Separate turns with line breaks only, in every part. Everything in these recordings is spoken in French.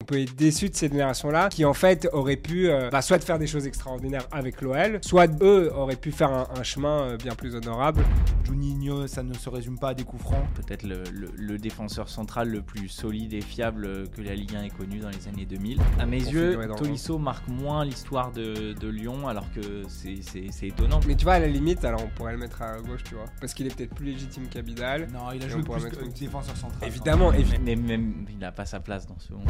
peut être déçu de cette génération-là qui en fait aurait pu soit faire des choses extraordinaires avec l'OL, soit eux auraient pu faire un chemin bien plus honorable.
Juninho, ça ne se résume pas à des coups francs.
Peut-être le défenseur central le plus solide et fiable que la Ligue 1 ait connu dans les années 2000. À mes yeux, Tolisso marque moins l'histoire de Lyon, alors que c'est étonnant.
Mais tu vois, à la limite, alors on pourrait le mettre à gauche, tu vois, parce qu'il est peut-être plus légitime qu'Abidal.
Non, il a joué plus que défenseur central.
Évidemment,
mais même il n'a pas sa place dans ce 11.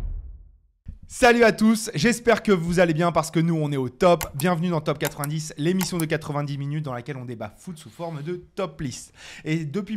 Salut à tous, j'espère que vous allez bien parce que nous on est au top. Bienvenue dans Top 90, l'émission de 90 minutes dans laquelle on débat foot sous forme de top list. Et depuis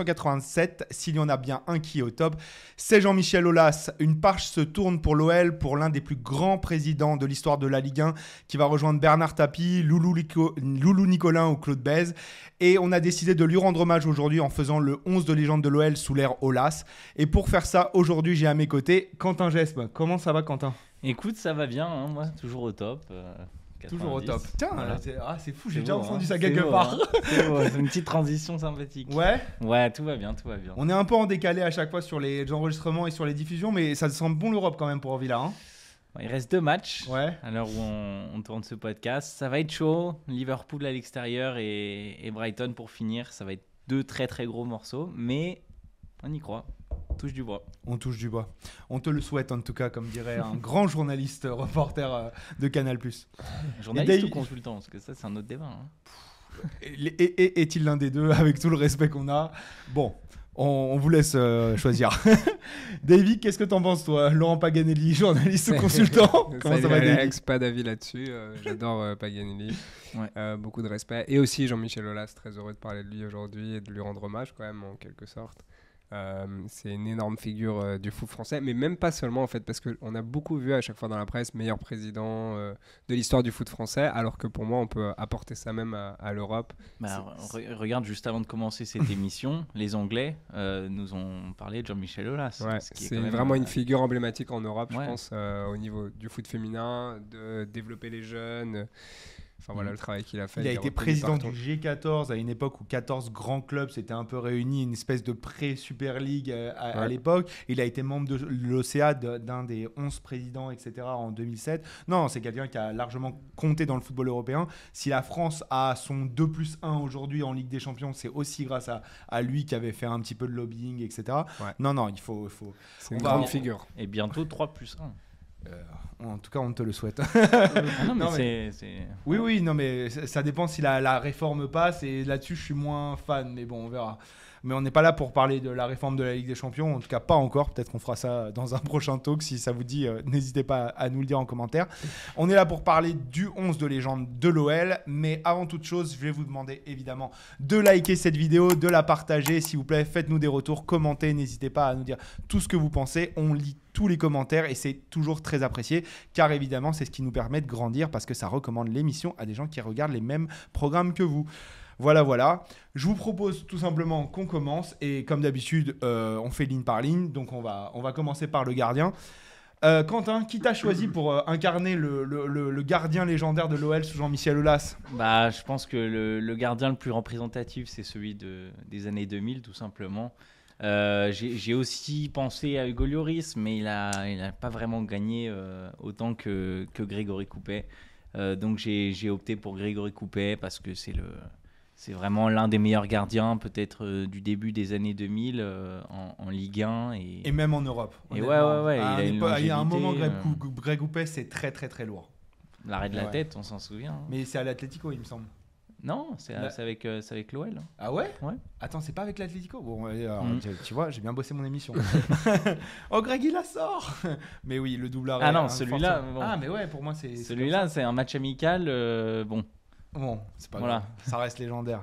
1987, s'il y en a bien un qui est au top, c'est Jean-Michel Aulas. Une page se tourne pour l'OL, pour l'un des plus grands présidents de l'histoire de la Ligue 1 qui va rejoindre Bernard Tapie, Loulou Nicolin ou Claude Bèze. Et on a décidé de lui rendre hommage aujourd'hui en faisant le 11 de légende de l'OL sous l'ère Aulas. Et pour faire ça, aujourd'hui j'ai à mes côtés Quentin Gesme. Comment ça va Quentin ?
Écoute, ça va bien, hein, moi, toujours au top. 90.
Toujours au top. Tiens,
voilà.
c'est fou,
C'est
j'ai déjà
beau,
entendu
hein.
ça quelque part.
Hein. C'est beau, c'est une petite transition sympathique. Ouais, tout va bien.
On est un peu en décalé à chaque fois sur les enregistrements et sur les diffusions, mais ça sent bon l'Europe quand même pour Villa. Hein.
Il reste 2 matchs
ouais.
À l'heure où on tourne ce podcast. Ça va être chaud. Liverpool à l'extérieur et Brighton pour finir. Ça va être 2 très très gros morceaux, mais on y croit. Touche du bois.
On touche du bois. On te le souhaite en tout cas, comme dirait un grand journaliste reporter de Canal+.
Journaliste ou consultant ? Parce que ça, c'est un autre débat. Hein.
Est-il l'un des deux, avec tout le respect qu'on a ? Bon, on vous laisse choisir. David, qu'est-ce que t'en penses, toi ? Laurent Paganelli, journaliste ou consultant ? Comment ça va,
Alex, pas d'avis là-dessus. J'adore Paganelli. Ouais. Beaucoup de respect. Et aussi Jean-Michel Aulas, très heureux de parler de lui aujourd'hui et de lui rendre hommage quand même, en quelque sorte. C'est une énorme figure du foot français, mais même pas seulement en fait, parce qu'on a beaucoup vu à chaque fois dans la presse meilleur président de l'histoire du foot français, alors que pour moi on peut apporter ça même à l'Europe.
Regarde, juste avant de commencer cette émission, les Anglais nous ont parlé de Jean-Michel Aulas.
Ouais, c'est vraiment une figure emblématique en Europe, je pense, au niveau du foot féminin, de développer les jeunes. Enfin voilà le travail qu'il a fait.
Il a été président du G14 à une époque où 14 grands clubs s'étaient un peu réunis, une espèce de pré-Super League à l'époque. Il a été membre de l'OCA, d'un des 11 présidents, etc. en 2007. Non, c'est quelqu'un qui a largement compté dans le football européen. Si la France a son 2+1 aujourd'hui en Ligue des Champions, c'est aussi grâce à lui qui avait fait un petit peu de lobbying, etc. Ouais. Non, il faut...
C'est une grande figure.
Et bientôt 3+1.
En tout cas, on te le souhaite.
Non, mais c'est...
Oui, non, mais ça dépend si la réforme passe. Et là-dessus, je suis moins fan. Mais bon, on verra. Mais on n'est pas là pour parler de la réforme de la Ligue des Champions. En tout cas, pas encore. Peut-être qu'on fera ça dans un prochain talk. Si ça vous dit, n'hésitez pas à nous le dire en commentaire. On est là pour parler du 11 de légende de l'OL. Mais avant toute chose, je vais vous demander évidemment de liker cette vidéo, de la partager. S'il vous plaît, faites-nous des retours, commentez. N'hésitez pas à nous dire tout ce que vous pensez. On lit tous les commentaires et c'est toujours très apprécié car évidemment c'est ce qui nous permet de grandir parce que ça recommande l'émission à des gens qui regardent les mêmes programmes que vous. Voilà. Je vous propose tout simplement qu'on commence et comme d'habitude on fait ligne par ligne, donc on va commencer par le gardien. Quentin, qui t'a choisi pour incarner le gardien légendaire de l'OL sous Jean-Michel Aulas ?
Je pense que le gardien le plus représentatif c'est celui des années 2000 tout simplement. J'ai aussi pensé à Hugo Lloris, mais il a pas vraiment gagné autant que Grégory Coupet. Donc j'ai opté pour Grégory Coupet parce que c'est vraiment l'un des meilleurs gardiens peut-être du début des années 2000 en Ligue 1 et
même en Europe.
Et ouais,
il y a un moment Greg Coupet c'est très très très lourd.
L'arrêt de la tête, on s'en souvient. Hein.
Mais c'est à l'Atlético, il me semble.
Non, c'est avec l'OL.
Ah ouais ?
Ouais.
Attends, c'est pas avec l'Atlético ? Bon, alors, tu vois, j'ai bien bossé mon émission. Oh, Greg, il la sort. Mais oui, le double arrêt.
Ah non, celui-là... Bon.
Ah, mais ouais, pour moi, c'est...
Celui-là, c'est un match amical, bon.
Bon, c'est pas grave. Ça reste légendaire.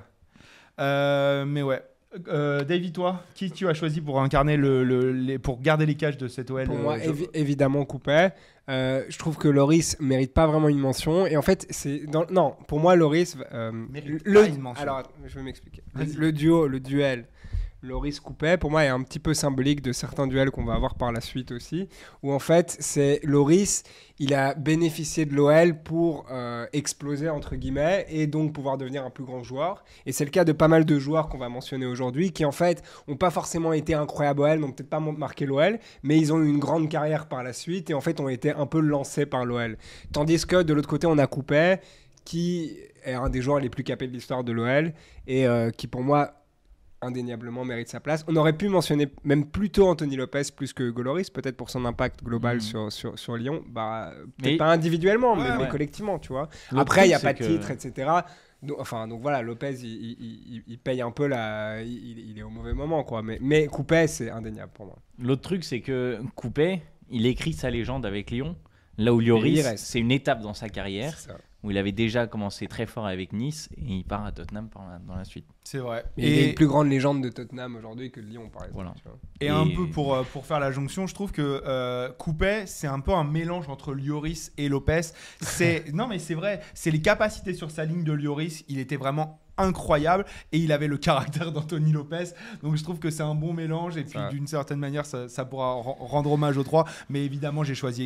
Mais ouais. David, toi, qui tu as choisi pour incarner pour garder les cages de cette OL ?
Pour moi, évidemment Coupet. Je trouve que Lloris mérite pas vraiment une mention et en fait non, pour moi Lloris
mérite pas une mention.
Alors je vais m'expliquer. Le duel Loris Coupet, pour moi, est un petit peu symbolique de certains duels qu'on va avoir par la suite aussi, où en fait, c'est Loris, il a bénéficié de l'OL pour exploser, entre guillemets, et donc pouvoir devenir un plus grand joueur. Et c'est le cas de pas mal de joueurs qu'on va mentionner aujourd'hui, qui en fait, n'ont pas forcément été incroyables à l'OL, n'ont peut-être pas marqué l'OL, mais ils ont eu une grande carrière par la suite, et en fait, ont été un peu lancés par l'OL. Tandis que, de l'autre côté, on a Coupet, qui est un des joueurs les plus capés de l'histoire de l'OL, et qui, pour moi, indéniablement mérite sa place. On aurait pu mentionner même plutôt Anthony Lopez plus que Hugo Lloris, peut-être pour son impact global sur Lyon. Peut-être pas individuellement, mais collectivement, tu vois. Après, il n'y a pas de titre, etc. Donc voilà, Lopez, il paye un peu il est au mauvais moment, quoi. Mais Coupet, c'est indéniable pour moi.
L'autre truc, c'est que Coupet, il écrit sa légende avec Lyon, là où Lloris, c'est une étape dans sa carrière. Où il avait déjà commencé très fort avec Nice et il part à Tottenham dans la suite.
C'est vrai.
Il est une plus grande légende de Tottenham aujourd'hui que de Lyon, par exemple.
Voilà.
Et un peu pour faire la jonction, je trouve que Coupet, c'est un peu un mélange entre Lloris et Lopez. Non, mais c'est vrai. C'est les capacités sur sa ligne de Lloris. Il était vraiment incroyable et il avait le caractère d'Anthony Lopez, donc je trouve que c'est un bon mélange et puis d'une certaine manière ça pourra rendre hommage aux trois, mais évidemment j'ai choisi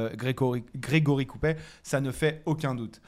Grégory Coupet, ça ne fait aucun doute.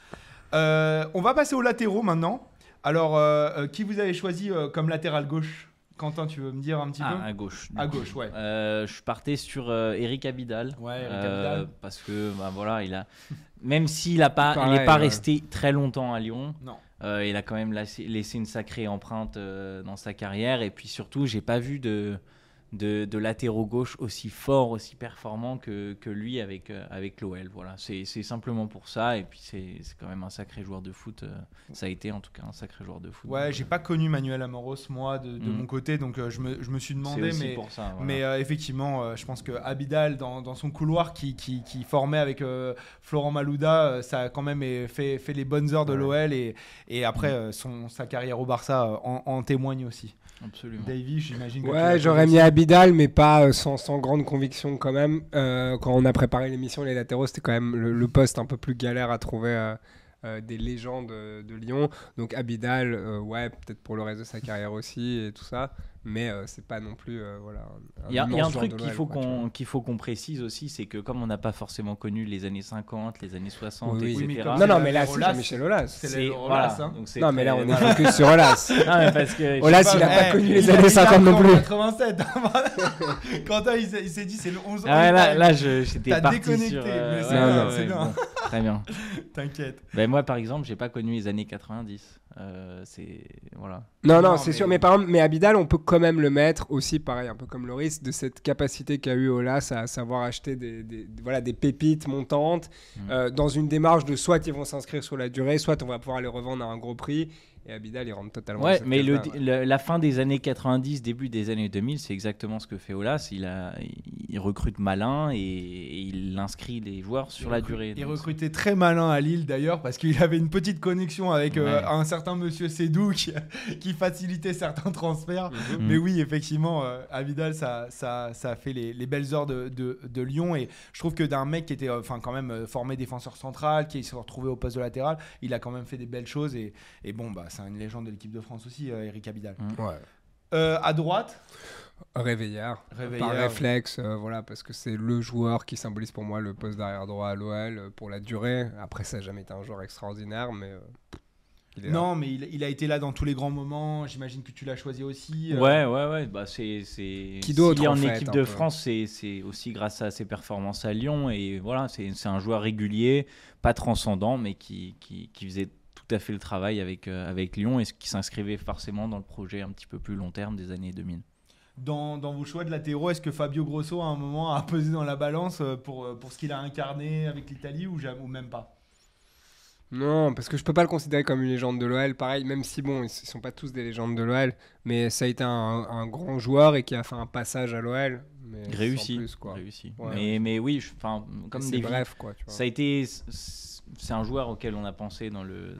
On va passer aux latéraux maintenant. Alors qui vous avez choisi comme latéral gauche? Quentin, tu veux me dire un petit peu?
À gauche.
À gauche, ouais.
Je partais sur Eric Abidal.
Ouais, Eric Abidal.
Parce que voilà, même s'il n'est pas resté très longtemps à Lyon.
Non.
Il a quand même laissé une sacrée empreinte dans sa carrière. Et puis surtout, j'ai pas vu de latéraux gauche aussi fort, aussi performant que lui avec l'OL. Voilà, c'est simplement pour ça. Et puis c'est quand même un sacré joueur de foot. Ça a été en tout cas un sacré joueur de foot.
Ouais, j'ai pas connu Manuel Amoros moi de mon côté, donc je me suis demandé.
C'est aussi pour ça. Voilà.
Mais effectivement, je pense que Abidal dans son couloir qui formait avec Florent Malouda, ça a quand même fait les bonnes heures de l'OL et après sa carrière au Barça en témoigne aussi.
Absolument.
Davy, j'imagine que
ouais, j'aurais mis Abidal, mais pas sans grande conviction quand même. Quand on a préparé l'émission, les latéraux, c'était quand même le poste un peu plus galère à trouver des légendes de Lyon. Donc Abidal, ouais, peut-être pour le reste de sa carrière aussi et tout ça. Mais c'est pas non plus voilà.
Il y a un truc qu'il faut qu'on précise aussi, c'est que comme on n'a pas forcément connu les années 50, les années 60, etc.
Non, mais là, c'est Jean-Michel Aulas.
C'est Aulas. Hein.
Non, mais là, on est focus sur Aulas.
Non, mais parce que
Aulas, il n'a pas connu les années 50 non plus.
87. Quentin, il s'est dit, c'est le 11 ans.
Là, j'étais parti
déconnecté,
sur...
mais c'est bien.
Bon, très bien.
T'inquiète.
Ben, moi, par exemple, j'ai pas connu les années 90. Voilà.
Non, c'est sûr. Mais par exemple, Abidal, on peut quand même le mettre aussi, pareil, un peu comme Lloris, de cette capacité qu'a eu Aulas à savoir acheter des pépites montantes dans une démarche de soit ils vont s'inscrire sur la durée, soit on va pouvoir les revendre à un gros prix. Et Abidal, il rentre totalement dans cette
mais
case-là,
la fin des années 90, début des années 2000, c'est exactement ce que fait Aulas. Il recrute malin et il inscrit les joueurs sur la durée.
Il recrutait très malin à Lille d'ailleurs parce qu'il avait une petite connexion avec un certain monsieur Sédou qui facilitait certains transferts. Mais oui, effectivement, Abidal, ça a fait les belles heures de Lyon. Et je trouve que d'un mec qui était quand même formé défenseur central, qui s'est retrouvé au poste de latéral, il a quand même fait des belles choses. Et bon, c'est une légende de l'équipe de France aussi, Eric Abidal. À droite,
Réveillard. Par réflexe, voilà, parce que c'est le joueur qui symbolise pour moi le poste d'arrière droit à l'OL pour la durée. Après, ça n'a jamais été un joueur extraordinaire, mais
non, mais il a été là dans tous les grands moments. J'imagine que tu l'as choisi aussi.
Ouais. Bah, c'est
qui d'autre
en équipe de France, c'est aussi grâce à ses performances à Lyon. Et voilà, c'est un joueur régulier, pas transcendant, mais qui faisait tout à fait le travail avec Lyon et qui s'inscrivait forcément dans le projet un petit peu plus long terme des années 2000.
Dans vos choix de latéraux, est-ce que Fabio Grosso à un moment a pesé dans la balance pour ce qu'il a incarné avec l'Italie ou même pas?
Non, parce que je peux pas le considérer comme une légende de l'OL. Pareil, même si bon, ils sont pas tous des légendes de l'OL, mais ça a été un grand joueur et qui a fait un passage à l'OL.
Réussi.
Ouais.
Mais oui, comme
c'est bref, quoi. Tu vois.
Ça a été, c'est un joueur auquel on a pensé dans le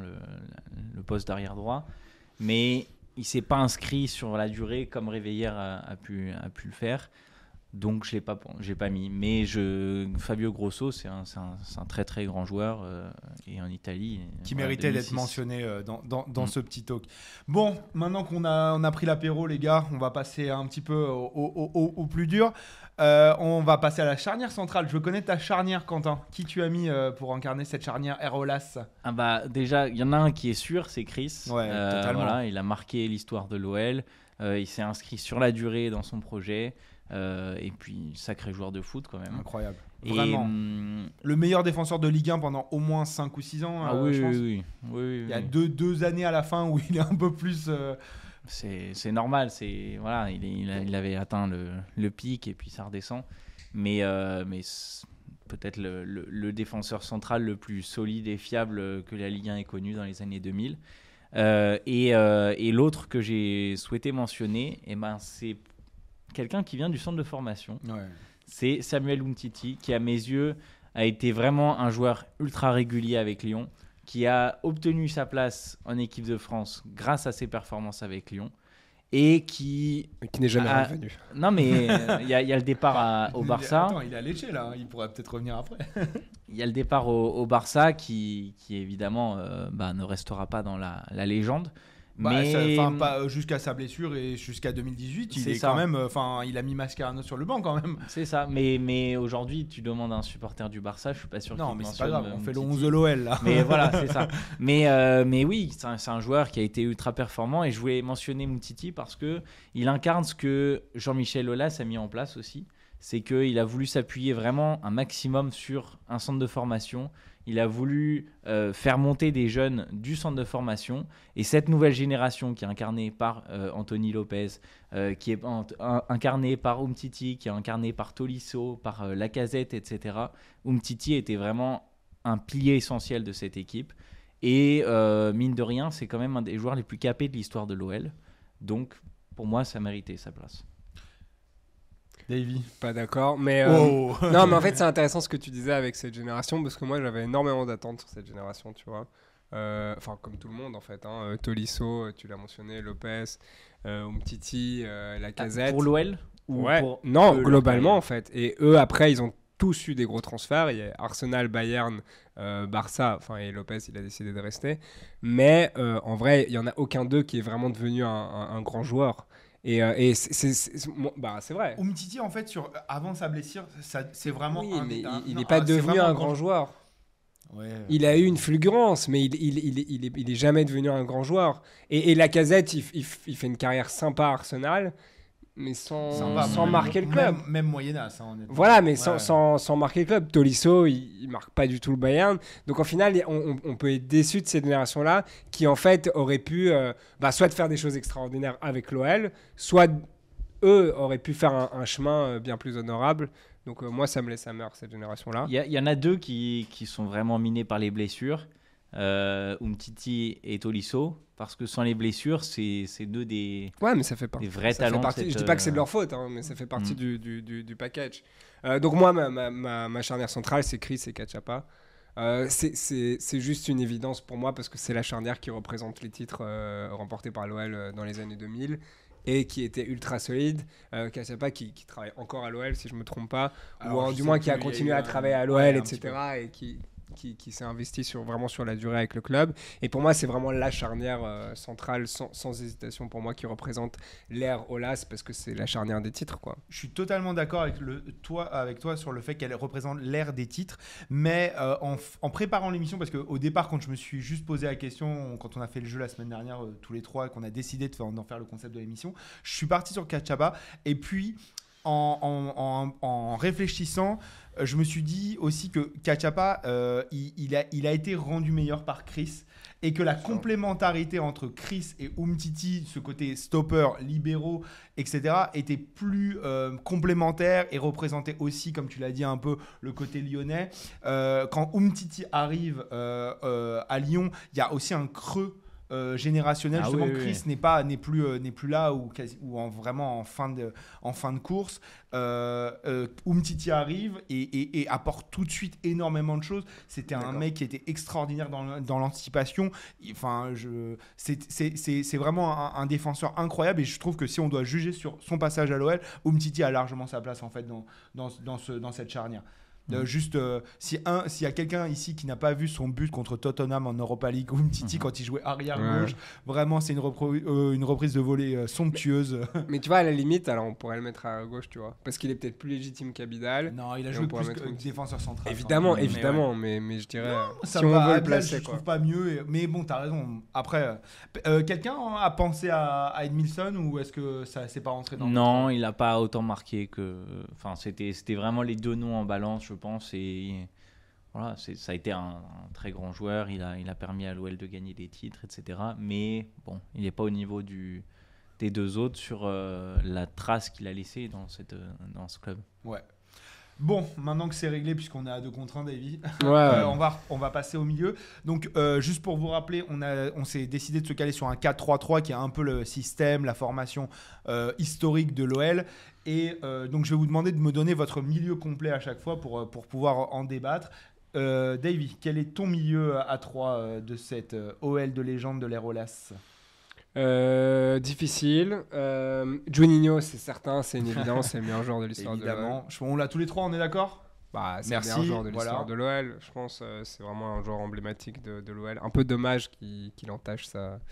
poste d'arrière droit, mais il s'est pas inscrit sur la durée comme Réveillère a pu le faire. Donc je l'ai pas mis. Mais Fabio Grosso, c'est un très très grand joueur et en Italie.
Qui méritait d'être mentionné dans ce petit talk. Bon, maintenant qu'on a pris l'apéro, les gars, on va passer un petit peu au plus dur. On va passer à la charnière centrale. Je veux connaître ta charnière, Quentin. Qui tu as mis pour incarner cette charnière Air-Olas?
Déjà, il y en a un qui est sûr, c'est Chris.
Ouais, totalement.
Voilà, il a marqué l'histoire de l'OL. Il s'est inscrit sur la durée dans son projet. Et puis, sacré joueur de foot quand même.
Incroyable. Vraiment. Le meilleur défenseur de Ligue 1 pendant au moins 5 ou 6 ans, je pense.
Oui.
Il y a deux années à la fin où il est un peu plus...
C'est normal. Voilà, il avait atteint le pic et puis ça redescend. Mais peut-être le défenseur central le plus solide et fiable que la Ligue 1 ait connu dans les années 2000. Et l'autre que j'ai souhaité mentionner, c'est quelqu'un qui vient du centre de formation.
Ouais.
C'est Samuel Umtiti, qui à mes yeux a été vraiment un joueur ultra régulier avec Lyon, qui a obtenu sa place en équipe de France grâce à ses performances avec Lyon et qui
n'est jamais revenu.
Non, mais il y a le départ au Barça.
Attends, il est à Lecce là, il pourrait peut-être revenir après.
Il y a le départ au Barça qui évidemment ne restera pas dans la légende.
Pas jusqu'à sa blessure et jusqu'à 2018, il est quand même. Il a mis Mascherano sur le banc quand même.
C'est ça. Mais aujourd'hui, tu demandes à un supporter du Barça, je suis pas sûr.
Non, mais c'est pas grave. On fait le 11 de l'OL là.
Mais voilà, c'est ça. Mais oui, c'est un joueur qui a été ultra performant et je voulais mentionner Umtiti parce que il incarne ce que Jean-Michel Aulas a mis en place aussi. C'est qu'il a voulu s'appuyer vraiment un maximum sur un centre de formation. Il a voulu faire monter des jeunes du centre de formation. Et cette nouvelle génération qui est incarnée par Anthony Lopez, qui est incarnée par Umtiti, qui est incarnée par Tolisso, par Lacazette, etc. Umtiti était vraiment un pilier essentiel de cette équipe. Et mine de rien, c'est quand même un des joueurs les plus capés de l'histoire de l'OL. Donc, pour moi, ça méritait sa place.
Davy.
Pas d'accord, mais non, mais en fait c'est intéressant ce que tu disais avec cette génération parce que moi j'avais énormément d'attentes sur cette génération, tu vois. Enfin comme tout le monde en fait, hein. Tolisso, tu l'as mentionné, Lopez, Umtiti, Lacazette.
Pour l'OL
Non, globalement en fait. Et eux après ils ont tous eu des gros transferts. Il y a Arsenal, Bayern, Barça. Enfin et Lopez il a décidé de rester. Mais en vrai il y en a aucun d'eux qui est vraiment devenu un grand joueur. Et c'est vrai.
Umtiti en fait avant sa blessure, c'est vraiment.
Oui, mais il n'est pas devenu un grand joueur.
Ouais.
Il a eu une fulgurance, mais il est jamais devenu un grand joueur. Et Lacazette, il fait une carrière sympa à Arsenal, mais sans marquer le club.
Même moyennas, honnêtement.
Voilà, mais sans marquer le club. Tolisso, il marque pas du tout le Bayern. Donc en final, on peut être déçu de cette génération-là qui en fait aurait pu soit faire des choses extraordinaires avec l'OL, soit eux auraient pu faire un chemin bien plus honorable. Donc moi, ça me laisse amer cette génération-là.
Il y en a deux qui sont vraiment minés par les blessures. Umtiti et Tolisso, parce que sans les blessures c'est deux des
mais ça fait partie,
des vrais talents.
Je dis pas que c'est de leur faute, hein, mais ça fait partie du package. Donc moi ma charnière centrale c'est Chris et Cachapa. C'est juste une évidence pour moi parce que c'est la charnière qui représente les titres remportés par l'OL dans les années 2000 et qui était ultra solide. Cachapa qui travaille encore à l'OL si je me trompe pas. Alors, ou du moins qui a continué à travailler à l'OL, etc. et qui s'est investi vraiment sur la durée avec le club. Et pour moi, c'est vraiment la charnière centrale, sans hésitation pour moi, qui représente l'ère Aulas, parce que c'est la charnière des titres, quoi.
Je suis totalement d'accord avec toi sur le fait qu'elle représente l'ère des titres, mais en préparant l'émission, parce qu'au départ, quand je me suis juste posé la question, quand on a fait le jeu la semaine dernière, tous les trois, et qu'on a décidé d'en faire le concept de l'émission, je suis parti sur Cachapa, et puis en réfléchissant, je me suis dit aussi que Cachapa, il a été rendu meilleur par Chris et que la complémentarité entre Chris et Umtiti, ce côté stopper, libéraux, etc., était plus complémentaire et représentait aussi, comme tu l'as dit, un peu le côté lyonnais. Quand Umtiti arrive à Lyon, il y a aussi un creux générationnel. Justement,
oui,
Chris
oui.
n'est plus là ou vraiment en fin de course. Umtiti arrive et apporte tout de suite énormément de choses. C'était un mec qui était extraordinaire dans l'anticipation. Enfin, c'est vraiment un défenseur incroyable et je trouve que si on doit juger sur son passage à l'OL, Umtiti a largement sa place en fait dans cette charnière. Juste, s'il y a quelqu'un ici qui n'a pas vu son but contre Tottenham en Europa League, Umtiti quand il jouait arrière gauche, vraiment c'est une reprise de volée somptueuse.
Mais tu vois, à la limite, alors on pourrait le mettre à gauche, tu vois, parce qu'il est peut-être plus légitime qu'Abidal.
Non, il a joué plus que défenseur central.
Évidemment, mais je dirais,
ça
si on veut le
Abidal,
placer,
je
quoi.
trouve pas mieux. Mais bon, t'as raison. Après, quelqu'un a pensé à Edmilson ou est-ce que ça s'est pas rentré dans
Non, il n'a pas autant marqué que. Enfin, c'était vraiment les deux noms en balance, je pense. Et voilà, ça a été un très grand joueur. Il a permis à l'OL de gagner des titres, etc. Mais bon, il n'est pas au niveau des deux autres sur la trace qu'il a laissée dans ce club.
Ouais. Bon, maintenant que c'est réglé, puisqu'on est à 2 contre 1, Davy,
Ouais.
on va passer au milieu. Donc, juste pour vous rappeler, on s'est décidé de se caler sur un 4-3-3 qui est un peu le système, la formation historique de l'OL. Et donc, je vais vous demander de me donner votre milieu complet à chaque fois pour pouvoir en débattre. Davy, quel est ton milieu à 3 de cette OL de légende de l'ère Olas ?
Difficile. Juninho, c'est certain, c'est une évidence, c'est le meilleur joueur de l'histoire de l'OL.
Évidemment. On l'a tous les trois, on est d'accord ?
C'est
Merci,
le meilleur joueur de l'histoire
voilà.
de l'OL. Je pense c'est vraiment un joueur emblématique de l'OL. Un peu dommage qu'il entache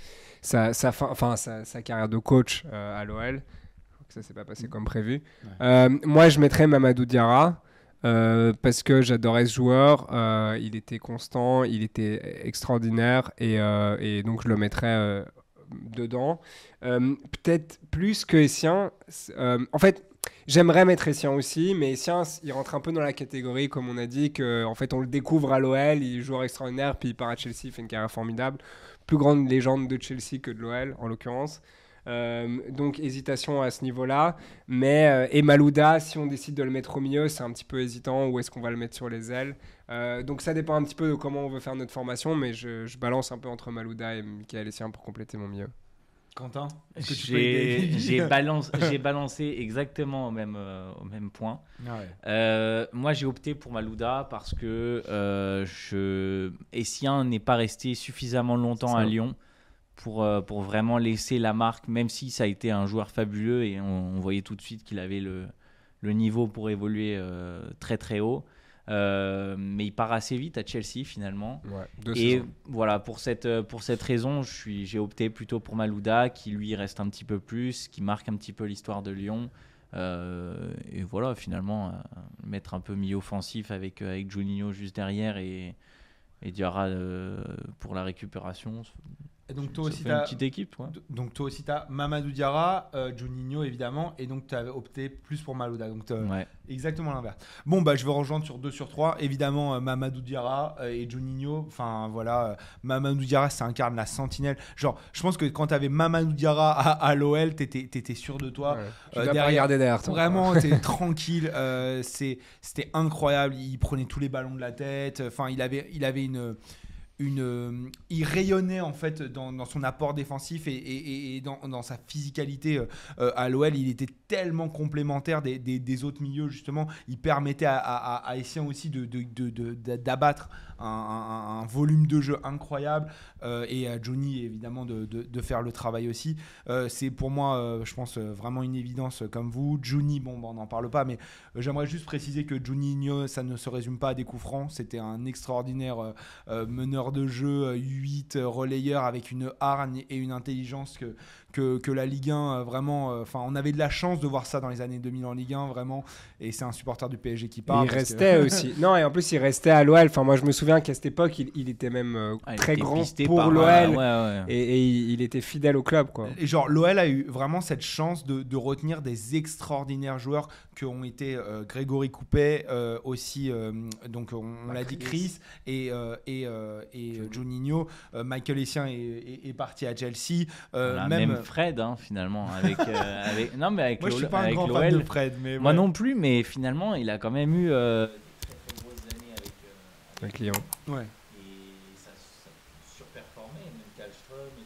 sa carrière de coach à l'OL. Ça s'est pas passé comme prévu.
Ouais.
Moi, je mettrais Mamadou Diarra. Parce que j'adorais ce joueur, il était constant, il était extraordinaire et donc je le mettrais dedans. Peut-être plus que Essien. En fait, j'aimerais mettre Essien aussi, mais Essien, il rentre un peu dans la catégorie, comme on a dit, qu'en fait on le découvre à l'OL, il est joueur extraordinaire, puis il part à Chelsea, il fait une carrière formidable. Plus grande légende de Chelsea que de l'OL, en l'occurrence. Donc hésitation à ce niveau-là, mais et Malouda, si on décide de le mettre au milieu, c'est un petit peu hésitant, où est-ce qu'on va le mettre sur les ailes, donc ça dépend un petit peu de comment on veut faire notre formation, mais je balance un peu entre Malouda et Michael Essien pour compléter mon milieu.
Quentin, est-ce que tu
j'ai balancé exactement au même point. Moi, j'ai opté pour Malouda parce que Essien n'est pas resté suffisamment longtemps à Lyon pour vraiment laisser la marque, même si ça a été un joueur fabuleux et on voyait tout de suite qu'il avait le niveau pour évoluer très très haut. Mais il part assez vite à Chelsea finalement. Et voilà, pour cette raison, j'ai opté plutôt pour Malouda, qui lui reste un petit peu plus, qui marque un petit peu l'histoire de Lyon. Et voilà, finalement, mettre un peu milieu offensif avec Juninho juste derrière et Diarra pour la récupération.
Et donc toi aussi,
une petite équipe. Ouais.
Donc toi aussi, tu as Mamadou Diarra, Juninho évidemment, et donc tu as opté plus pour Malouda. Donc exactement l'inverse. Bon, je vais rejoindre sur 2 sur 3. Évidemment, Mamadou Diarra et Juninho. Enfin voilà, Mamadou Diarra, ça incarne la sentinelle. Genre, je pense que quand tu avais Mamadou Diarra à l'OL, tu étais sûr de toi.
Tu dois pas regarder derrière toi.
Vraiment, tu étais tranquille. C'était incroyable. Il prenait tous les ballons de la tête. Enfin, il avait il rayonnait en fait dans son apport défensif et dans sa physicalité à l'OL. Il était tellement complémentaire des autres milieux, justement. Il permettait à Essien aussi d'abattre un volume de jeu incroyable et à Johnny évidemment de faire le travail aussi. C'est pour moi je pense vraiment une évidence comme vous. Johnny, on n'en parle pas, mais j'aimerais juste préciser que Juninho, ça ne se résume pas à des coups francs. C'était un extraordinaire meneur de jeu, 8 relayeur avec une hargne et une intelligence que la Ligue 1 vraiment, on avait de la chance de voir ça dans les années 2000 en Ligue 1 vraiment, et c'est un supporter du PSG qui parle.
Il restait aussi. Non, et en plus il restait à l'OL. Moi je me souviens qu'à cette époque il était même très grand pour l'OL et il était fidèle au club, quoi.
Et genre l'OL a eu vraiment cette chance de retenir des extraordinaires joueurs qui ont été Grégory Coupet, aussi donc on l'a dit, Chris et Juninho. Michael Essien est parti à Chelsea.
Même Fred finalement avec non mais avec
moi je suis pas un grand
l'OL,
fan de Fred, mais
moi non plus, mais finalement il a quand même eu très très grosses années avec
Lyon.
Et ça surperformait, même Kallström, etc.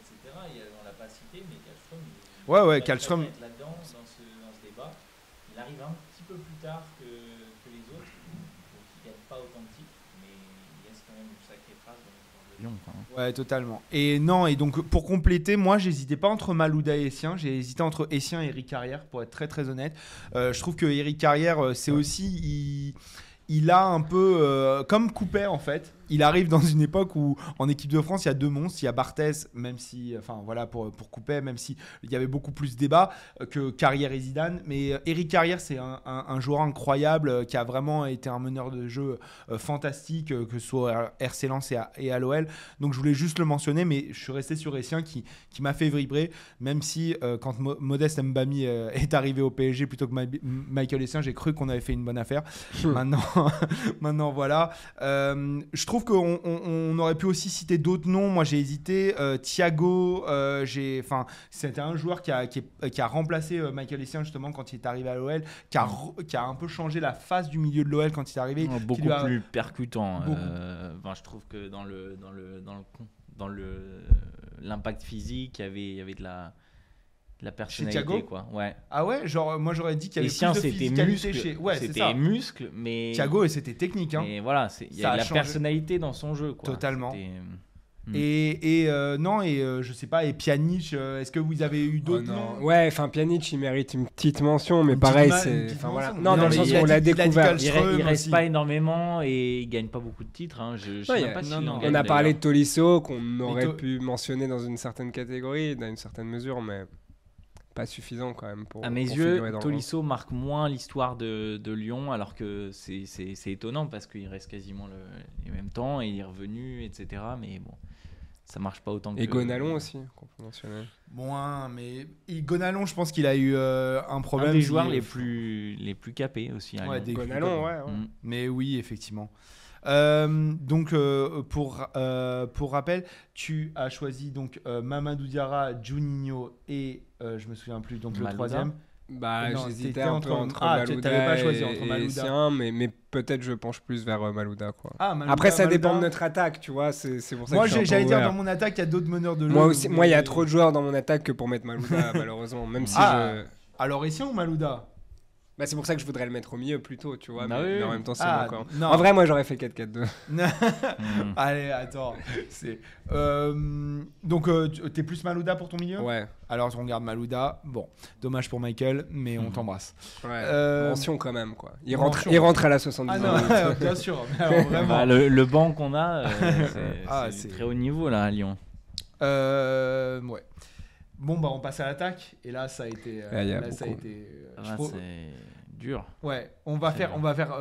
on l'a pas cité, mais Kallström.
Ouais,
il
Kallström.
va être là-dedans, dans ce débat. Il arrive un petit peu plus tard que les autres, donc il gagne pas autant de titres, mais il laisse quand même une sacrée trace dans l'histoire de Lyon.
Ouais, totalement. Et non, et donc pour compléter, moi j'hésitais pas entre Malouda et Essien, j'ai hésité entre Essien et Eric Carrière, pour être très très honnête. Je trouve que Eric Carrière, c'est aussi, il a un peu comme Coupet en fait. Il arrive dans une époque où en équipe de France il y a deux monstres, il y a Barthez, même si, enfin voilà pour Coupet, même si il y avait beaucoup plus de débats que Carrière et Zidane, mais Eric Carrière c'est un joueur incroyable qui a vraiment été un meneur de jeu fantastique, que ce soit à RC Lens et à l'OL. Donc je voulais juste le mentionner, mais je suis resté sur Essien qui m'a fait vibrer, même si quand Modeste Mbami est arrivé au PSG plutôt que Michael Essien, j'ai cru qu'on avait fait une bonne affaire. Maintenant voilà. Je trouve qu'on aurait pu aussi citer d'autres noms. Moi j'ai hésité. Thiago, c'était un joueur qui a remplacé Michael Essien justement quand il est arrivé à l'OL, qui a un peu changé la face du milieu de l'OL quand il est arrivé.
Beaucoup plus percutant. Je trouve que dans l'impact physique, il y avait de la personnalité, quoi. Ouais.
Ah ouais, genre moi j'aurais dit qu'il y avait
Essien,
plus de physicalité chez. Ouais,
c'était muscle, mais
Thiago, et c'était technique. Hein.
Mais voilà, il y a de la personnalité dans son jeu, quoi.
Totalement. Je sais pas, et Pjanic, est-ce que vous avez eu d'autres noms?
Ouais, enfin Pjanic il mérite une petite mention, mais pareil c'est, enfin voilà. Non, dans le sens où on l'a découvert.
Il reste pas énormément et il gagne pas beaucoup de titres. Hein. Je sais même pas s'il en gagne.
On a parlé de Tolisso qu'on aurait pu mentionner dans une certaine catégorie, dans une certaine mesure, mais pas suffisant quand même pour.
À mes yeux, Tolisso marque moins l'histoire de Lyon, alors que c'est étonnant parce qu'il reste quasiment les mêmes temps et il est revenu, etc. Mais bon. Ça marche pas autant que.
Et Gonalon aussi, qu'on peut mentionner.
Mais Gonalon, je pense qu'il a eu un problème.
Un des joueurs les plus capés aussi.
Ouais, Gonalon, ouais.
Mais oui, effectivement. Pour rappel, tu as choisi donc Mamadou Diarra, Juninho et je me souviens plus donc
Malouda.
Le troisième.
J'hésitais entre Malouda
pas choisi
entre Malouda. Essien, mais peut-être je penche plus vers Malouda, quoi.
Malouda,
après ça dépend de notre attaque, tu vois, c'est pour ça que
j'allais dire dans mon attaque il y a d'autres meneurs de jeu.
Moi il y a trop de joueurs dans mon attaque que pour mettre Malouda malheureusement, même si
alors Essien ou Malouda?
C'est pour ça que je voudrais le mettre au milieu plutôt, tu vois,
mais
en même temps c'est bon quand même. En vrai moi j'aurais fait 4-4-2.
Allez, attends, donc t'es plus Malouda pour ton milieu?
Ouais.
Alors on regarde Malouda. Bon, dommage pour Michael, mais on t'embrasse.
Ouais. Mention quand même, quoi. Il rentre à la 70.
Non, bien sûr. Mais alors, vraiment.
Le banc qu'on a, c'est très haut niveau là à Lyon.
Ouais. Bon on passe à l'attaque et là ça a été
c'est dur.
Ouais, on va faire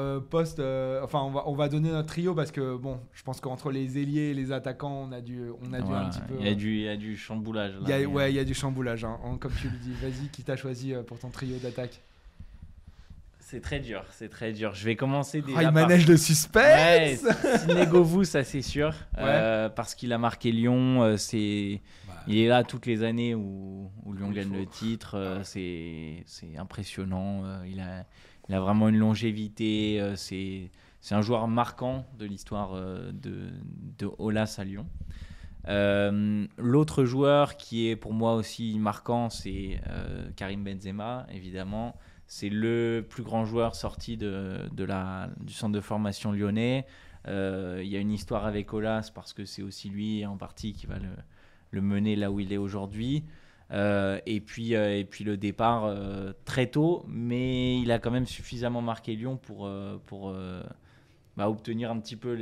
on va donner notre trio parce que bon, je pense qu'entre les ailiers et les attaquants, on a dû un petit peu
il y a du chamboulage là.
Il y a du chamboulage comme tu le dis. Vas-y, qui t'a choisi pour ton trio d'attaque?
C'est très dur. Je vais commencer déjà
il manège de suspense.
Sinégovou, ça c'est sûr, parce qu'il a marqué Lyon. Il est là toutes les années où Lyon gagne le titre. C'est impressionnant. Il a vraiment une longévité. C'est un joueur marquant de l'histoire de Aulas à Lyon. L'autre joueur qui est pour moi aussi marquant, c'est Karim Benzema, évidemment. C'est le plus grand joueur sorti du centre de formation lyonnais. Il y a une histoire avec Aulas parce que c'est aussi lui en partie qui va le mener là où il est aujourd'hui. Et puis le départ très tôt, mais il a quand même suffisamment marqué Lyon pour obtenir un petit peu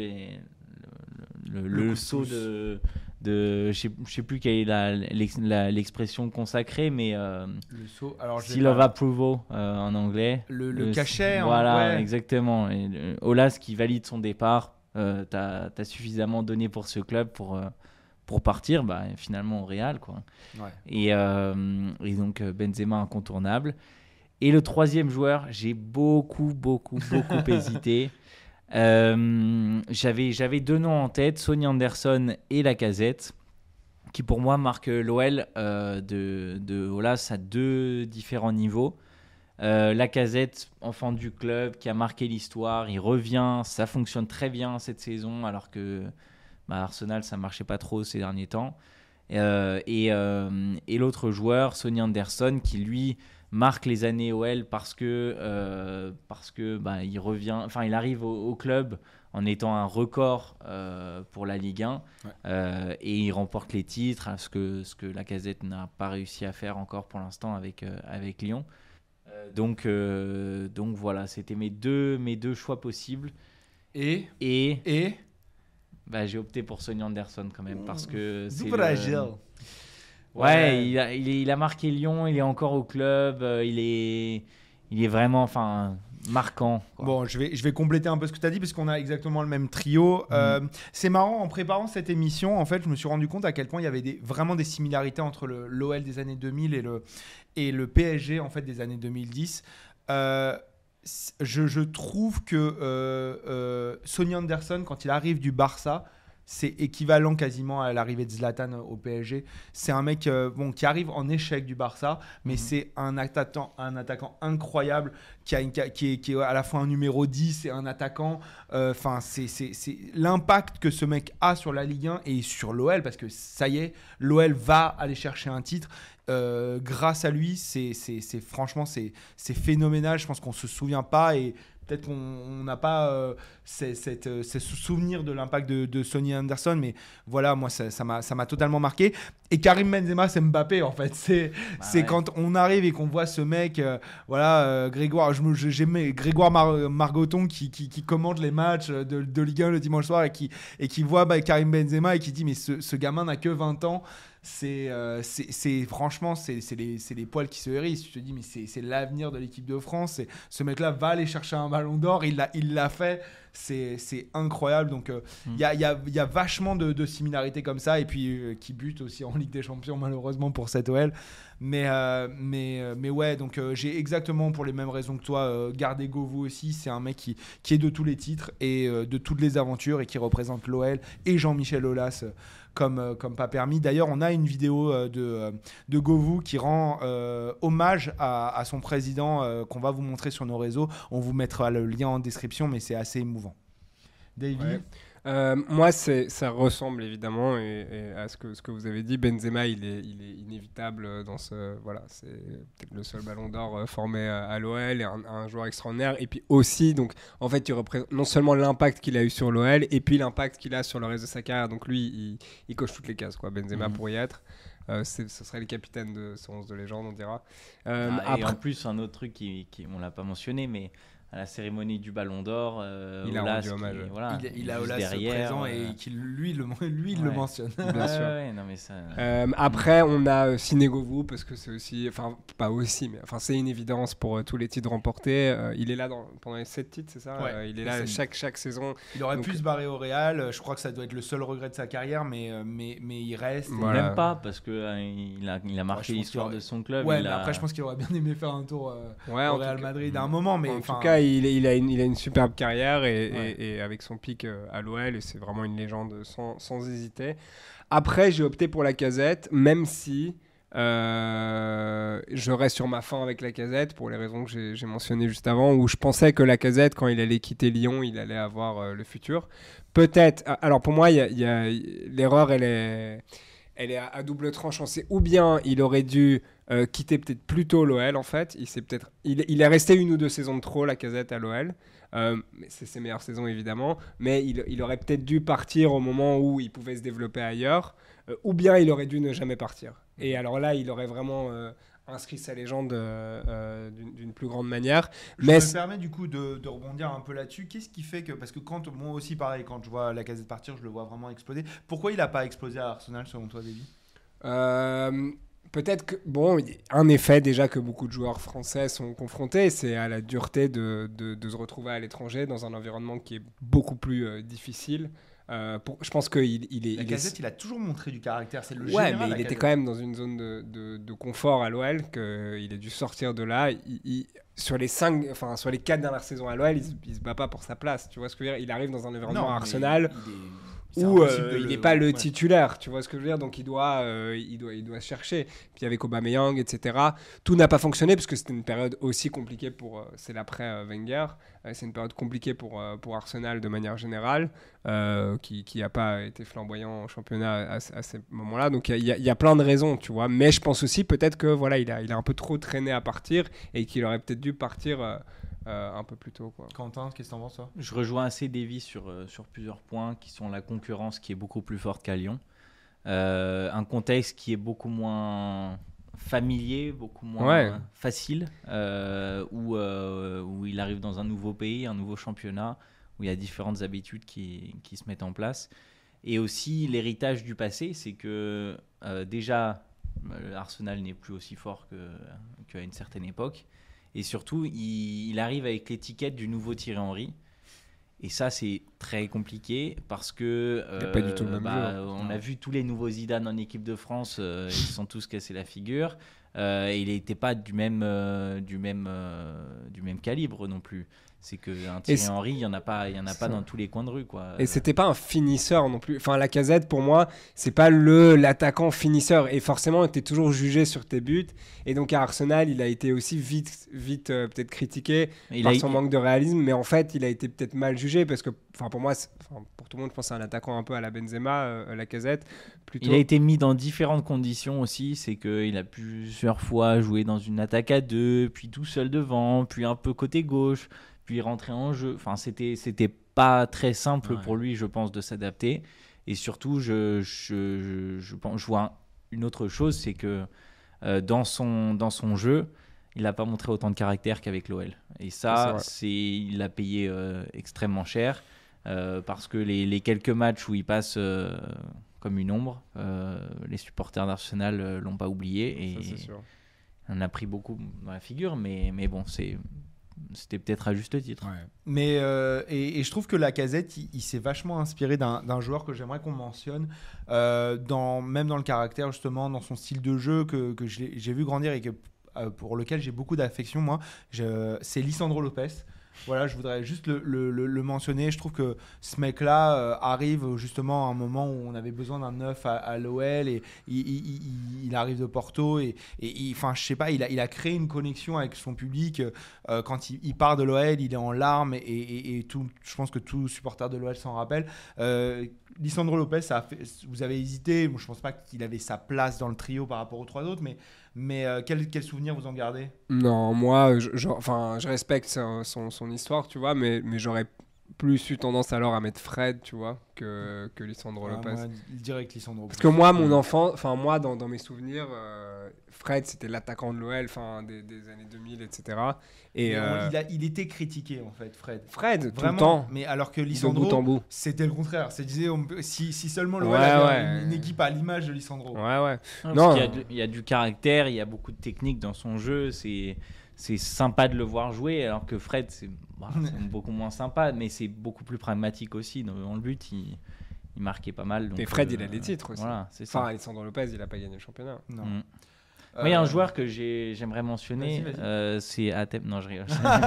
le saut de je sais plus quelle est l'expression consacrée, mais
le saut, alors
seal of approval en anglais,
le cachet,
voilà, exactement. Et Aulas qui valide son départ, t'as suffisamment donné pour ce club pour partir, finalement au Real, quoi.
Ouais.
Et donc Benzema incontournable. Et le troisième joueur, j'ai beaucoup hésité. J'avais deux noms en tête, Sonny Anderson et Lacazette, qui pour moi marquent l'OL de Aulas à deux différents niveaux. Lacazette, enfant du club, qui a marqué l'histoire, il revient, ça fonctionne très bien cette saison, alors que Arsenal ça marchait pas trop ces derniers temps. Et l'autre joueur, Sonny Anderson, qui lui marque les années OL parce que il arrive au club en étant un record pour la Ligue 1 et il remporte les titres, ce que Lacazette n'a pas réussi à faire encore pour l'instant avec Lyon. Donc voilà, c'était mes deux choix possibles. Et j'ai opté pour Sonny Anderson quand même parce que c'est il a marqué Lyon, il est encore au club, il est vraiment marquant, quoi.
Bon, je vais compléter un peu ce que tu as dit parce qu'on a exactement le même trio. C'est marrant, en préparant cette émission, en fait, je me suis rendu compte à quel point il y avait vraiment des similarités entre l'OL des années 2000 et le PSG en fait, des années 2010. Je trouve que Sonny Anderson, quand il arrive du Barça, c'est équivalent quasiment à l'arrivée de Zlatan au PSG. C'est un mec qui arrive en échec du Barça, mais c'est un attaquant incroyable qui est à la fois un numéro 10 et un attaquant. C'est l'impact que ce mec a sur la Ligue 1 et sur l'OL, parce que ça y est, l'OL va aller chercher un titre. Grâce à lui, franchement, c'est phénoménal. Je pense qu'on ne se souvient pas et peut-être qu'on n'a pas ce souvenir de l'impact de Sonny Anderson, mais voilà, moi ça m'a totalement marqué. Et Karim Benzema, c'est Mbappé en fait. C'est quand on arrive et qu'on voit ce mec, Grégoire Margoton qui commente les matchs de Ligue 1 le dimanche soir et qui voit Karim Benzema et qui dit mais ce gamin n'a que 20 ans. Franchement, c'est les poils qui se hérissent. Je te dis, mais c'est l'avenir de l'équipe de France. Ce mec-là va aller chercher un ballon d'or. Il l'a fait. C'est incroyable. Donc, il y a vachement de similarités comme ça. Et puis, qui bute aussi en Ligue des Champions, malheureusement, pour cette OL. Mais ouais, donc j'ai exactement pour les mêmes raisons que toi gardé Govou aussi. C'est un mec qui est de tous les titres et de toutes les aventures et qui représente l'OL et Jean-Michel Aulas comme pas permis. D'ailleurs, on a une vidéo de Govou qui rend hommage à son président qu'on va vous montrer sur nos réseaux. On vous mettra le lien en description, mais c'est assez émouvant. Davy.
Moi, ça ressemble évidemment à ce que vous avez dit. Benzema, il est inévitable dans voilà, c'est peut-être le seul ballon d'or formé à l'OL et un joueur extraordinaire. Et puis aussi, donc, en fait, il représente non seulement l'impact qu'il a eu sur l'OL et puis l'impact qu'il a sur le reste de sa carrière. Donc lui, il coche toutes les cases, quoi. Benzema pour y être. Ce serait le capitaine de son 11 de légende, on dira.
Et en plus, un autre truc on l'a pas mentionné, mais à la cérémonie du Ballon d'Or,
il a rendu hommage.
Il a Aulas présent et qui lui le mentionne.
Bien sûr.
Non, mais ça...
après, on a Sinégovou parce que c'est aussi, enfin pas aussi, mais c'est une évidence pour tous les titres remportés. Il est là pendant les 7 titres, c'est ça. Il est là chaque saison.
Il aurait pu se barrer au Real. Je crois que ça doit être le seul regret de sa carrière, mais il reste.
Voilà. Même pas parce que il a marqué l'histoire de son club.
Ouais, mais après je pense qu'il aurait bien aimé faire un tour au Real Madrid à un moment, mais
en tout cas il a une superbe carrière et avec son pic à l'OL, et c'est vraiment une légende sans hésiter. Après, j'ai opté pour Lacazette, même si je reste sur ma fin avec Lacazette pour les raisons que j'ai mentionnées juste avant, où je pensais que Lacazette, quand il allait quitter Lyon, il allait avoir le futur. Peut-être. Alors pour moi, l'erreur, elle est à double tranchant. C'est ou bien il aurait dû quitter peut-être plus tôt l'OL en fait. Il est resté 1 ou 2 saisons de trop, Lacazette, à l'OL. C'est ses meilleures saisons évidemment, mais il aurait peut-être dû partir au moment où il pouvait se développer ailleurs, ou bien il aurait dû ne jamais partir. Et alors là, il aurait vraiment inscrit sa légende d'une plus grande manière.
Je me permets du coup de rebondir un peu là-dessus. Qu'est-ce qui fait que, parce que moi aussi pareil, quand je vois Lacazette partir, je le vois vraiment exploser. Pourquoi il n'a pas explosé à Arsenal selon toi, Davy ?
Peut-être que, un effet déjà que beaucoup de joueurs français sont confrontés, c'est à la dureté de se retrouver à l'étranger dans un environnement qui est beaucoup plus difficile. Je pense qu'il est...
Lacazette, il a toujours montré du caractère, c'est le
général.
Ouais,
mais il était quand même dans une zone de confort à l'OL, qu'il a dû sortir de là. Sur les 4 dernières saisons à l'OL, il se bat pas pour sa place. Tu vois ce que je veux dire ? Il arrive dans un environnement Arsenal où il n'est pas le titulaire, tu vois ce que je veux dire, donc il doit se chercher. Puis avec Aubameyang, etc. Tout n'a pas fonctionné parce que c'était une période aussi compliquée c'est l'après Wenger. C'est une période compliquée pour Arsenal de manière générale, qui n'a pas été flamboyant en championnat à ces moments-là. Donc il y a plein de raisons, tu vois. Mais je pense aussi peut-être que voilà, il a un peu trop traîné à partir et qu'il aurait peut-être dû partir un peu plus tôt, quoi.
Quentin, qu'est-ce que t'en penses, toi ?
Je rejoins assez Davy sur plusieurs points qui sont la concurrence qui est beaucoup plus forte qu'à Lyon. Un contexte qui est beaucoup moins familier, beaucoup moins facile, où il arrive dans un nouveau pays, un nouveau championnat, où il y a différentes habitudes qui se mettent en place. Et aussi l'héritage du passé, c'est que déjà, Arsenal n'est plus aussi fort qu'à une certaine époque. Et surtout, il arrive avec l'étiquette du nouveau Thierry Henry. Et ça, c'est très compliqué parce que
pas du tout le même jeu.
On a vu tous les nouveaux Zidane en équipe de France, ils se sont tous cassés la figure. Et il n'était pas du même calibre non plus. C'est qu'un Thierry Henry, il n'y en a pas dans tous les coins de rue, quoi.
Et c'était pas un finisseur non plus. Enfin, Lacazette, pour moi, c'est pas l'attaquant finisseur. Et forcément, il était toujours jugé sur tes buts. Et donc à Arsenal, il a été aussi vite peut-être critiqué par son manque de réalisme. Mais en fait, il a été peut-être mal jugé parce que, pour moi, pour tout le monde, je pense que c'est un attaquant un peu à la Benzema, Lacazette. Plutôt.
Il a été mis dans différentes conditions aussi. C'est qu'il a plusieurs fois joué dans une attaque à deux, puis tout seul devant, puis un peu côté gauche, puis rentrer en jeu. Enfin, c'était pas très simple pour lui, je pense, de s'adapter. Et surtout, je vois une autre chose, c'est que dans son jeu, il n'a pas montré autant de caractère qu'avec l'OL. Et ça, il l'a payé extrêmement cher parce que les quelques matchs où il passe comme une ombre, les supporters d'Arsenal l'ont pas oublié. Et on a pris beaucoup dans la figure, mais bon, c'était peut-être à juste titre.
Ouais. Mais et je trouve que Lacazette, il s'est vachement inspiré d'un joueur que j'aimerais qu'on mentionne, même dans le caractère, justement, dans son style de jeu que j'ai vu grandir et pour lequel j'ai beaucoup d'affection, moi. C'est Lisandro Lopez. Voilà, je voudrais juste le mentionner. Je trouve que ce mec-là arrive justement à un moment où on avait besoin d'un neuf à l'OL et il arrive de Porto et enfin, je sais pas, il a créé une connexion avec son public. Quand il part de l'OL, il est en larmes et tout, je pense que tout supporter de l'OL s'en rappelle. Lisandro Lopez, vous avez hésité. Moi, je pense pas qu'il avait sa place dans le trio par rapport aux trois autres, mais quel souvenir vous en gardez ?
Non, moi, je respecte son histoire, tu vois, mais j'aurais plus eu tendance alors à mettre Fred, tu vois, que Lisandro Lopez.
Moi, direct Lisandro Lopez.
Parce que moi, moi, dans mes souvenirs, Fred, c'était l'attaquant de l'OL, des années 2000, etc. Et
il était critiqué, en fait, Fred.
Vraiment, tout le temps.
Mais alors que Lisandro, c'était le contraire. C'est disait, si seulement l'OL avait une équipe à l'image de Lisandro.
Non, il y a du caractère, il y a beaucoup de technique dans son jeu. C'est sympa de le voir jouer, alors que Fred, c'est beaucoup moins sympa, mais c'est beaucoup plus pragmatique aussi. Dans le but, il marquait pas mal.
Mais Fred, il a des titres aussi.
Voilà, c'est ça.
Alessandro Lopez, il n'a pas gagné le championnat.
Non.
Moi, il y a un joueur que j'aimerais mentionner, vas-y. C'est Hatem. Non, je rigole.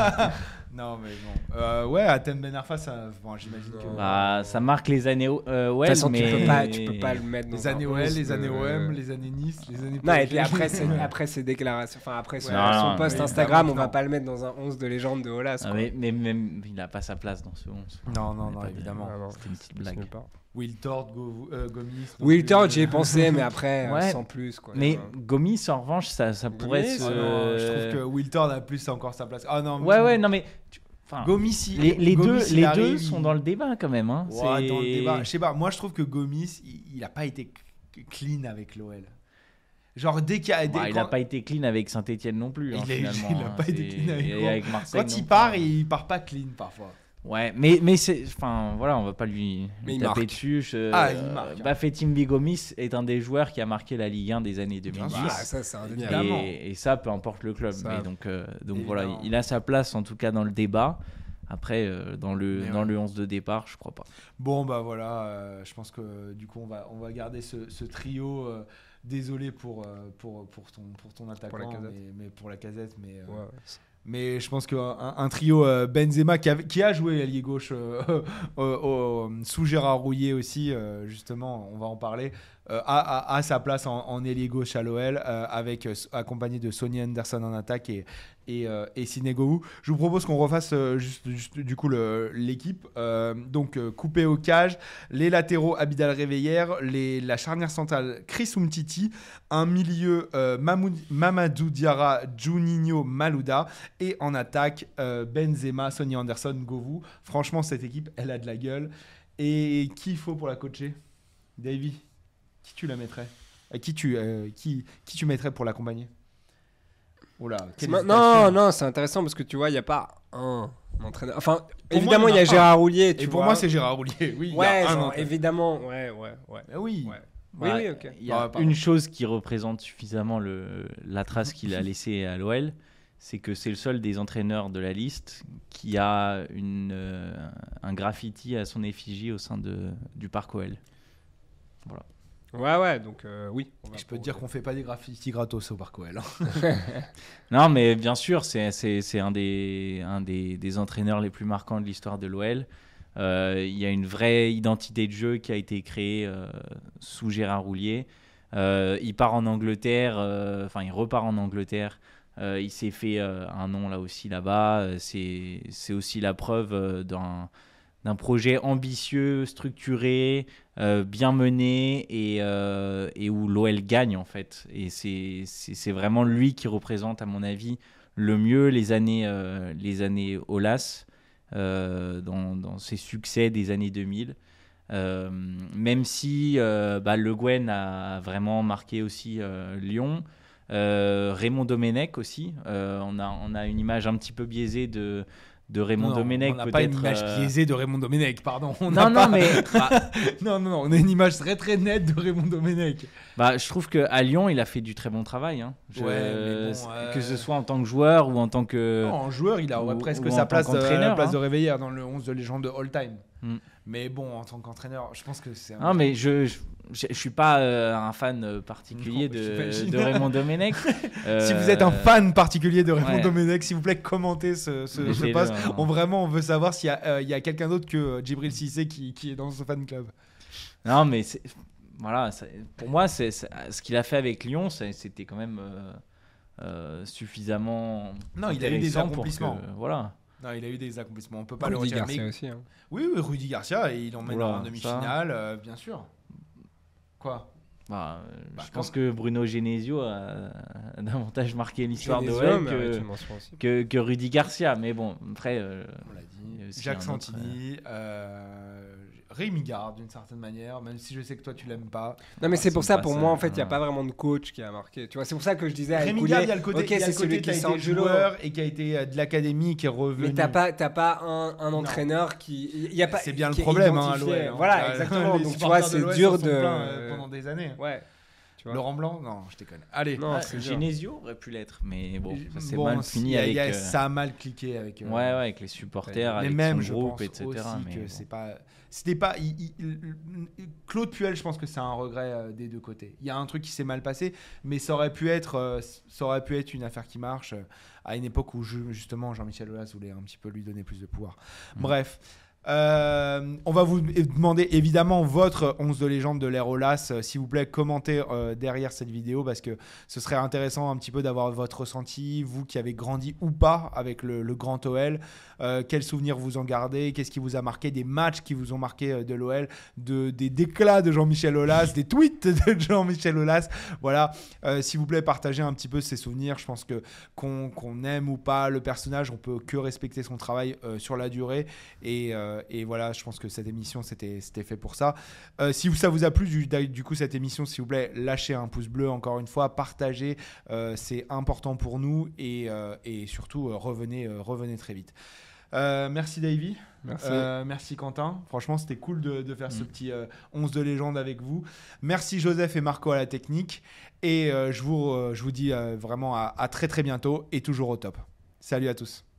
Non, mais non. Hatem Ben Arfa, j'imagine que.
Ça marque les années OL.
De toute façon,
mais
tu peux pas le mettre dans
les années OL, les années OM, les années Nice, les années.
Non, et puis après ses déclarations, après son post Instagram, on va pas le mettre dans un 11 de légende de Olas.
Mais même, il n'a pas sa place dans ce 11.
Non, évidemment.
C'était une petite blague.
Wiltord, Gomis.
Wiltord, j'y ai pensé, mais après, sans plus. Quoi,
mais Gomis, en revanche, ça pourrait se.
Je trouve que Wiltord a plus encore sa place.
Non, mais.
Gomis,
les deux sont dans le débat quand même. Hein.
Dans le débat. Je sais pas, moi je trouve que Gomis, il a pas été clean avec l'OL. Genre dès qu'il y a.
Il n'a pas été clean avec Saint-Etienne non plus. Finalement,
il n'a pas été clean
avec Marseille.
Quand il part pas clean parfois.
Ouais, mais c'est, voilà, on va pas lui taper dessus.
Il marque.
Fetimbi Gomis est un des joueurs qui a marqué la Ligue 1 des années 2010.
Ça, c'est
indéniable.
Et ça, peu importe le club. Mais donc voilà, il a sa place en tout cas dans le débat. Après, dans le 11 de départ, je crois pas.
Bon, bah voilà, je pense que du coup, on va garder ce trio. Désolé pour ton attaquant, mais pour Lacazette, mais Mais je pense qu'un trio Benzema qui a joué allié gauche sous Gérard Rouillet aussi, justement, on va en parler, a sa place en ailier gauche à l'OL, accompagné de Sonny Anderson en attaque et Sinegohu. Je vous propose qu'on refasse juste du coup l'équipe. Donc coupé au cage, les latéraux Abidal Réveillère, la charnière centrale Chris Umtiti, un milieu Mamadou Diarra, Juninho Malouda, et en attaque Benzema, Sonny Anderson, Govou. Franchement, cette équipe, elle a de la gueule. Et qui il faut pour la coacher, Davy? Qui tu la mettrais? Qui tu mettrais pour l'accompagner? Oula,
non, c'est intéressant parce que tu vois, il n'y a pas un entraîneur. Enfin, pour évidemment, il y a Gérard Rouillet.
Et pour moi, c'est Gérard Rouillet. Oui,
ouais, évidemment. Ouais.
Oui.
Ouais.
Oui, ok. Il y a une chose qui représente suffisamment la trace qu'il a laissée à l'OL, c'est que c'est le seul des entraîneurs de la liste qui a un graffiti à son effigie au sein du parc OL. Voilà.
Ouais, donc oui.
Je peux te dire qu'on fait pas des graffitis gratos au parc OL.
Non, mais bien sûr, c'est un des entraîneurs les plus marquants de l'histoire de l'OL. Il y a une vraie identité de jeu qui a été créée sous Gérard Rouillet. Il part en Angleterre, il repart en Angleterre. Il s'est fait un nom là-bas. C'est aussi la preuve d'un projet ambitieux, structuré, bien mené et où l'OL gagne en fait. Et c'est vraiment lui qui représente, à mon avis, le mieux les années Aulas dans ses succès des années 2000. Même si Le Guen a vraiment marqué aussi Lyon. Raymond Domenech aussi. On a une image un petit peu biaisée de Raymond Domenech.
On n'a pas une image biaisée de Raymond Domenech, pardon. On
non,
a une image très très nette de Raymond Domenech.
Je trouve qu'à Lyon, il a fait du très bon travail. Hein. Que ce soit en tant que joueur ou en tant que...
Non, en joueur, il a presque sa place de réveillère dans le 11 de légende de all time. Mais bon, en tant qu'entraîneur, je pense que c'est...
Non, mais je suis pas un fan particulier de Raymond Domenech.
Si vous êtes un fan particulier de Raymond Domenech, s'il vous plaît, commentez ce post. On veut savoir s'il y a quelqu'un d'autre que Djibril Cissé qui est dans ce fan club.
Non, mais pour moi, ce qu'il a fait avec Lyon, c'était quand même suffisamment.
Non, il a eu des accomplissements.
Voilà.
Non, il a eu des accomplissements. On peut pas
Rudy
le retirer.
Garcia aussi. Hein.
Oui, Rudy Garcia, et il emmène en demi-finale, bien sûr. Quoi?
Je pense que Bruno Genesio a davantage marqué l'histoire de l'OL que Rudy Garcia. Mais bon, après,
on l'a dit. Jacques Santini, Rémi Garde d'une certaine manière, même si je sais que toi tu l'aimes pas.
Non, mais c'est pour ça, pour moi, en fait, il n'y a pas vraiment de coach qui a marqué. Tu vois, c'est pour ça que je disais.
Rémi Garde, il y a le côté, c'est celui qui a été joueur et qui a été de l'académie, qui est revenu.
Mais t'as pas un entraîneur qui.
C'est bien le problème, hein, l'OL.
Voilà, exactement. Donc tu vois, c'est dur de.
Pendant des années.
Ouais.
Laurent Blanc, non, je déconne. Allez,
Genesio aurait pu l'être, mais bon, ça s'est mal fini avec.
Ça a mal cliqué avec.
Avec les supporters, avec son groupe, etc.
Mais c'est pas. C'était pas. Claude Puel, je pense que c'est un regret des deux côtés. Il y a un truc qui s'est mal passé, mais ça aurait pu être une affaire qui marche à une époque où justement Jean-Michel Aulas voulait un petit peu lui donner plus de pouvoir. Bref. On va vous demander évidemment votre 11 de légende de l'ère Aulas. S'il vous plaît, commentez derrière cette vidéo parce que ce serait intéressant un petit peu d'avoir votre ressenti, vous qui avez grandi ou pas avec le grand OL. Quels souvenirs vous en gardez? Qu'est-ce qui vous a marqué? Des matchs qui vous ont marqué de l'OL, des déclats de Jean-Michel Aulas, des tweets de Jean-Michel Aulas. Voilà, s'il vous plaît, partagez un petit peu ces souvenirs. Je pense que qu'on aime ou pas le personnage, on peut que respecter son travail sur la durée et voilà, je pense que cette émission c'était fait pour ça. Si ça vous a plu du coup cette émission, s'il vous plaît, lâchez un pouce bleu encore une fois, partagez, c'est important pour nous et surtout revenez très vite. Merci Davy. Merci Quentin. Franchement, c'était cool de faire ce petit 11 de légende avec vous. Merci Joseph et Marco à la technique. Et je vous dis vraiment à très très bientôt et toujours au top. Salut à tous.